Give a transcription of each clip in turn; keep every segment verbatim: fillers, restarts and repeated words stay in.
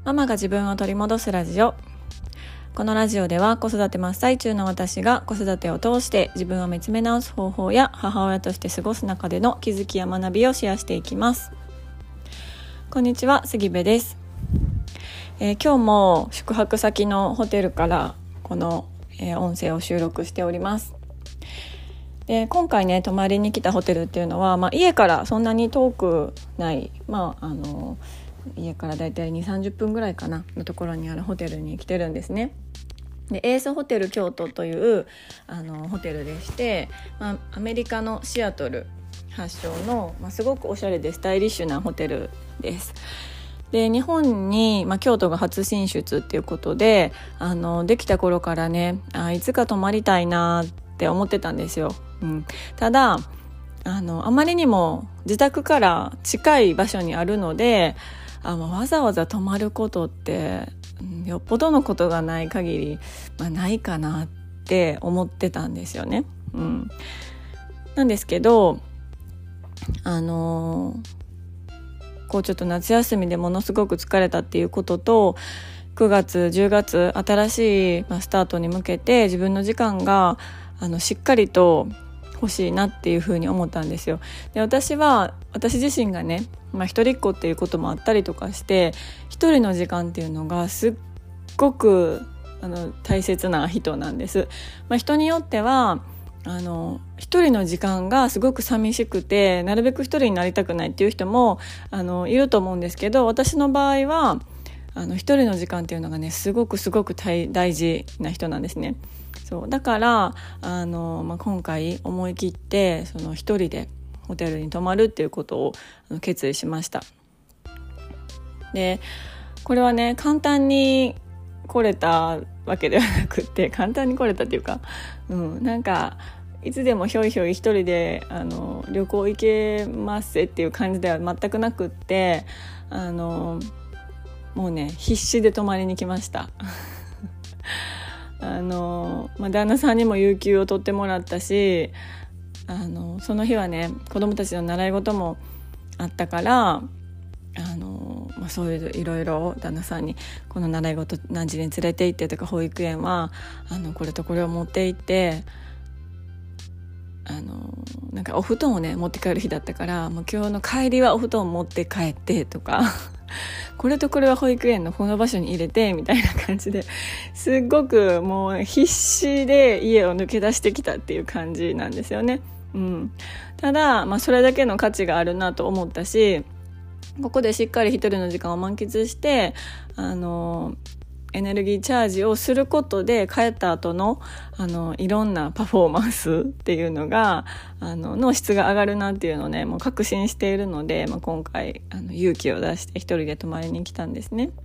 ママが自分を取り戻すラジオ。このラジオでは子育て真っ最中の私が子育てを通して自分を見つめ直す方法や母親として過ごす中での気づきや学びをシェアしていきます。こんにちは、杉部です。えー、今日も宿泊先のホテルからこの、えー、音声を収録しております。で今回ね泊まりに来たホテルっていうのは、まあ、家からそんなに遠くない、まあ、あの家からだいたいにじゅうさんじゅっぷんぐらいかなのところにあるホテルに来てるんですね。でエースホテル京都というあのホテルでして、まあ、アメリカのシアトル発祥の、まあ、すごくおしゃれでスタイリッシュなホテルです。で日本に、まあ、京都が初進出っていうことであのできた頃からねあいつか泊まりたいなって思ってたんですよ。うん、ただあのあまりにも自宅から近い場所にあるのであのわざわざ泊まることってよっぽどのことがない限り、まあ、ないかなって思ってたんですよね。うん、なんですけどあのこうちょっと夏休みでものすごく疲れたっていうこととくがつじゅうがつ新しい、まあ、スタートに向けて自分の時間があのしっかりと欲しいなっていうふうに思ったんですよ。で私は私自身がね、まあ、一人っ子っていうこともあったりとかして一人の時間っていうのがすっごくあの大切な人なんです。まあ、人によってはあの一人の時間がすごく寂しくてなるべく一人になりたくないっていう人もあのいると思うんですけど、私の場合はあの一人の時間っていうのがねすごくすごく大事な人なんですね。そうだからあの、まあ、今回思い切ってその一人でホテルに泊まるっていうことを決意しました。でこれはね簡単に来れたわけではなくって簡単に来れたっていうか、うん、なんかいつでもひょいひょい一人であの旅行行けますっていう感じでは全くなくってあのもうね必死で泊まりに来ましたあの、まあ、旦那さんにも有給を取ってもらったしあのその日はね子供たちの習い事もあったからあの、まあ、そういういろいろ旦那さんにこの習い事何時に連れて行ってとか保育園はあのこれとこれを持って行ってあのなんかお布団をね持って帰る日だったからもう今日の帰りはお布団を持って帰ってとかこれとこれは保育園のこの場所に入れてみたいな感じですっごくもう必死で家を抜け出してきたっていう感じなんですよね。うん、ただ、まあ、それだけの価値があるなと思ったしここでしっかり一人の時間を満喫してあのエネルギーチャージをすることで帰った後のあのいろんなパフォーマンスっていうのがあのの質が上がるなっていうのをねもう確信しているので、まあ、今回あの勇気を出して一人で泊まりに来たんですね。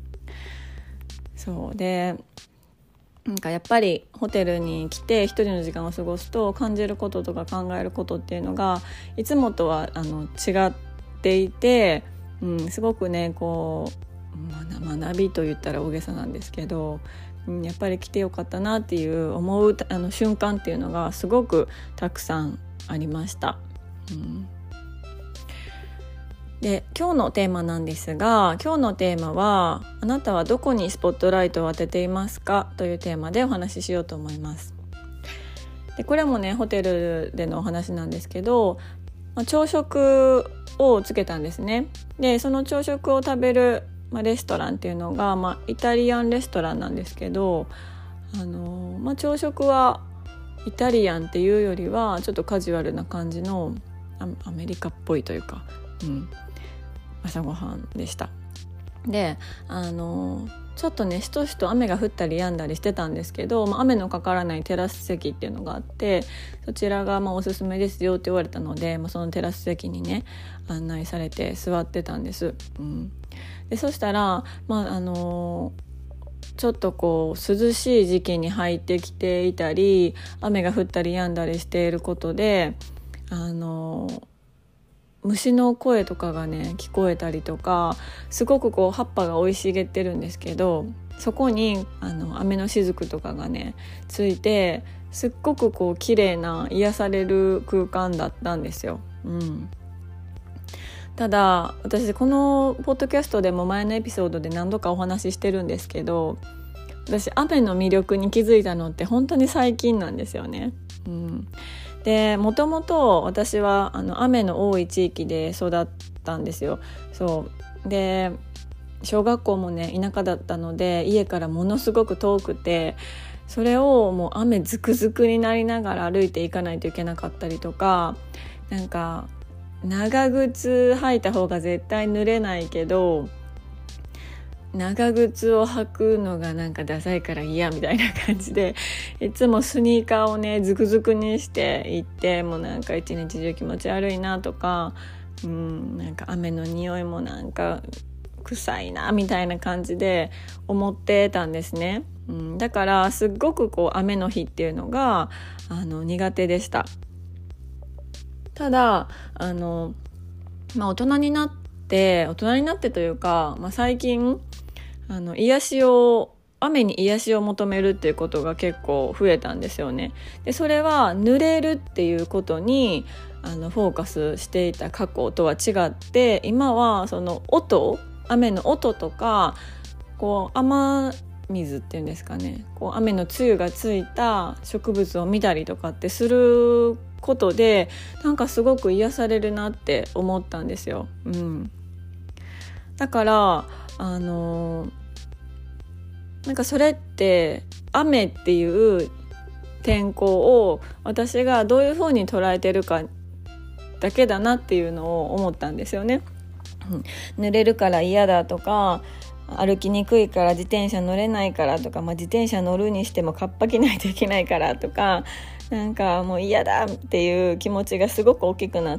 そうでなんかやっぱりホテルに来て一人の時間を過ごすと感じることとか考えることっていうのがいつもとはあの違っていて、うん、すごくねこう学びと言ったら大げさなんですけど、うん、やっぱり来てよかったなっていう思うあの瞬間っていうのがすごくたくさんありました。うん、で今日のテーマなんですが今日のテーマはあなたはどこにスポットライトを当てていますかというテーマでお話ししようと思います。でこれもねホテルでのお話なんですけど、まあ、朝食をつけたんですね。でその朝食を食べるまあ、レストランっていうのが、まあ、イタリアンレストランなんですけど、あのーまあ、朝食はイタリアンっていうよりはちょっとカジュアルな感じのアメリカっぽいというか、うん、朝ごはんでした。で、あのー、ちょっとねしとしと雨が降ったり止んだりしてたんですけど、まあ、雨のかからないテラス席っていうのがあってそちらがまあおすすめですよって言われたので、まあ、そのテラス席にね案内されて座ってたんです。うんでそしたら、まああのー、ちょっとこう涼しい時期に入ってきていたり雨が降ったり止んだりしていることで、あのー、虫の声とかがね聞こえたりとかすごくこう葉っぱが生い茂ってるんですけどそこにあの雨の雫とかがねついてすっごくこう綺麗な癒される空間だったんですよ。うんただ私このポッドキャストでも前のエピソードで何度かお話ししてるんですけど、私雨の魅力に気づいたのって本当に最近なんですよね、うん、でもともと私はあの雨の多い地域で育ったんですよ。そうで小学校もね田舎だったので家からものすごく遠くて、それをもう雨ずくずくになりながら歩いていかないといけなかったりとか、なんか長靴履いた方が絶対濡れないけど長靴を履くのがなんかダサいから嫌みたいな感じで、いつもスニーカーをねズクズクにして行って、もうなんか一日中気持ち悪いなとか、うん、なんか雨の匂いもなんか臭いなみたいな感じで思ってたんですね、うん、だからすっごくこう雨の日っていうのがあの苦手でした。ただあの、まあ、大人になって大人になってというか、まあ、最近あの癒しを雨に癒しを求めるっていうことが結構増えたんですよね。でそれは濡れるっていうことにあのフォーカスしていた過去とは違って、今はその音雨の音とかこう雨水っていうんですかね、こう雨の露がついた植物を見たりとかってすることでなんかすごく癒されるなって思ったんですよ、うん、だからあのなんかそれって雨っていう天候を私がどういう風に捉えてるかだけだなっていうのを思ったんですよね、うん、濡れるから嫌だとか歩きにくいから自転車乗れないからとか、まあ、自転車乗るにしてもカッパ着ないといけないからとか、なんかもう嫌だっていう気持ちがすごく大きくなって、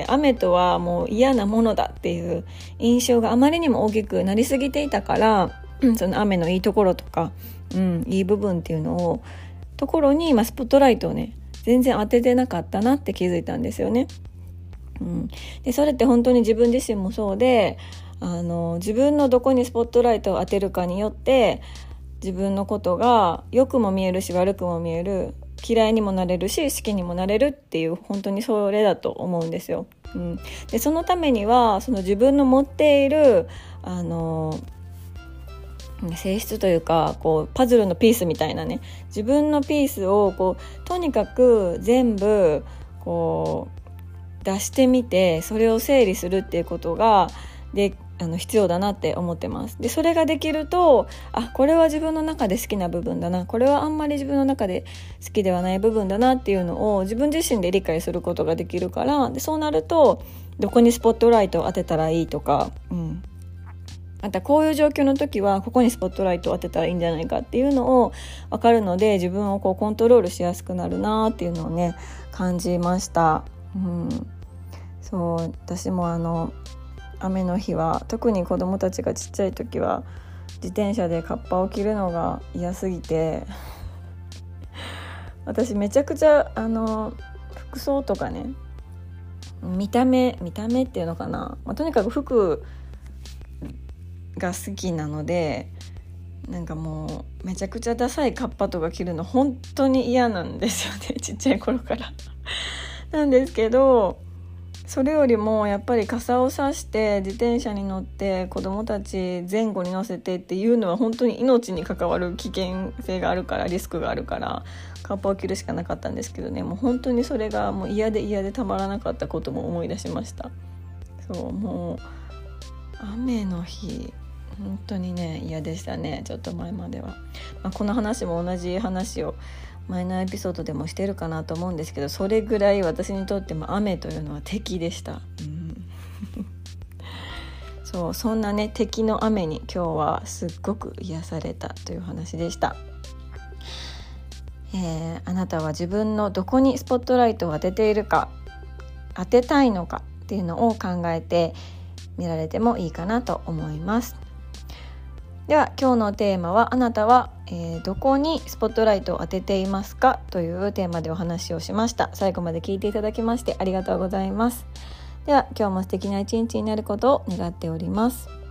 雨とはもう嫌なものだっていう印象があまりにも大きくなりすぎていたから、うん、その雨のいいところとか、うん、いい部分っていうのをところに、まあ、スポットライトをね全然当ててなかったなって気づいたんですよね、うん、でそれって本当に自分自身もそうで、あの自分のどこにスポットライトを当てるかによって自分のことが良くも見えるし悪くも見える、嫌いにもなれるし好きにもなれるっていう、本当にそれだと思うんですよ、うん、でそのためにはその自分の持っているあの性質というか、こうパズルのピースみたいなね、自分のピースをこうとにかく全部こう出してみて、それを整理するっていうことがであの必要だなって思ってます。でそれができると、あ、これは自分の中で好きな部分だな、これはあんまり自分の中で好きではない部分だなっていうのを自分自身で理解することができるから、でそうなるとどこにスポットライトを当てたらいいとか、うん、またこういう状況の時はここにスポットライトを当てたらいいんじゃないかっていうのを分かるので、自分をこうコントロールしやすくなるなっていうのをね感じました、うん、そう私もあの雨の日は特に子供たちがちっちゃい時は自転車でカッパを着るのが嫌すぎて私めちゃくちゃあの服装とかね、見た目見た目っていうのかな、まあ、とにかく服が好きなので、なんかもうめちゃくちゃダサいカッパとか着るの本当に嫌なんですよね、ちっちゃい頃からなんですけど、それよりもやっぱり傘を差して自転車に乗って子供たち前後に乗せてっていうのは本当に命に関わる危険性があるから、リスクがあるからカッパを着るしかなかったんですけどね、もう本当にそれがもう嫌で嫌でたまらなかったことも思い出しました。そうもう雨の日本当にね嫌でしたね、ちょっと前までは、まあ、この話も同じ話を前のエピソードでもしてるかなと思うんですけど、それぐらい私にとっても雨というのは敵でした、うん、そうそんなね敵の雨に今日はすっごく癒されたという話でした、えー、あなたは自分のどこにスポットライトを当てているか、当てたいのかっていうのを考えてみられてもいいかなと思います。では今日のテーマは、あなたは、えー、どこにスポットライトを当てていますかというテーマでお話をしました。最後まで聞いていただきましてありがとうございます。では今日も素敵な一日になることを願っております。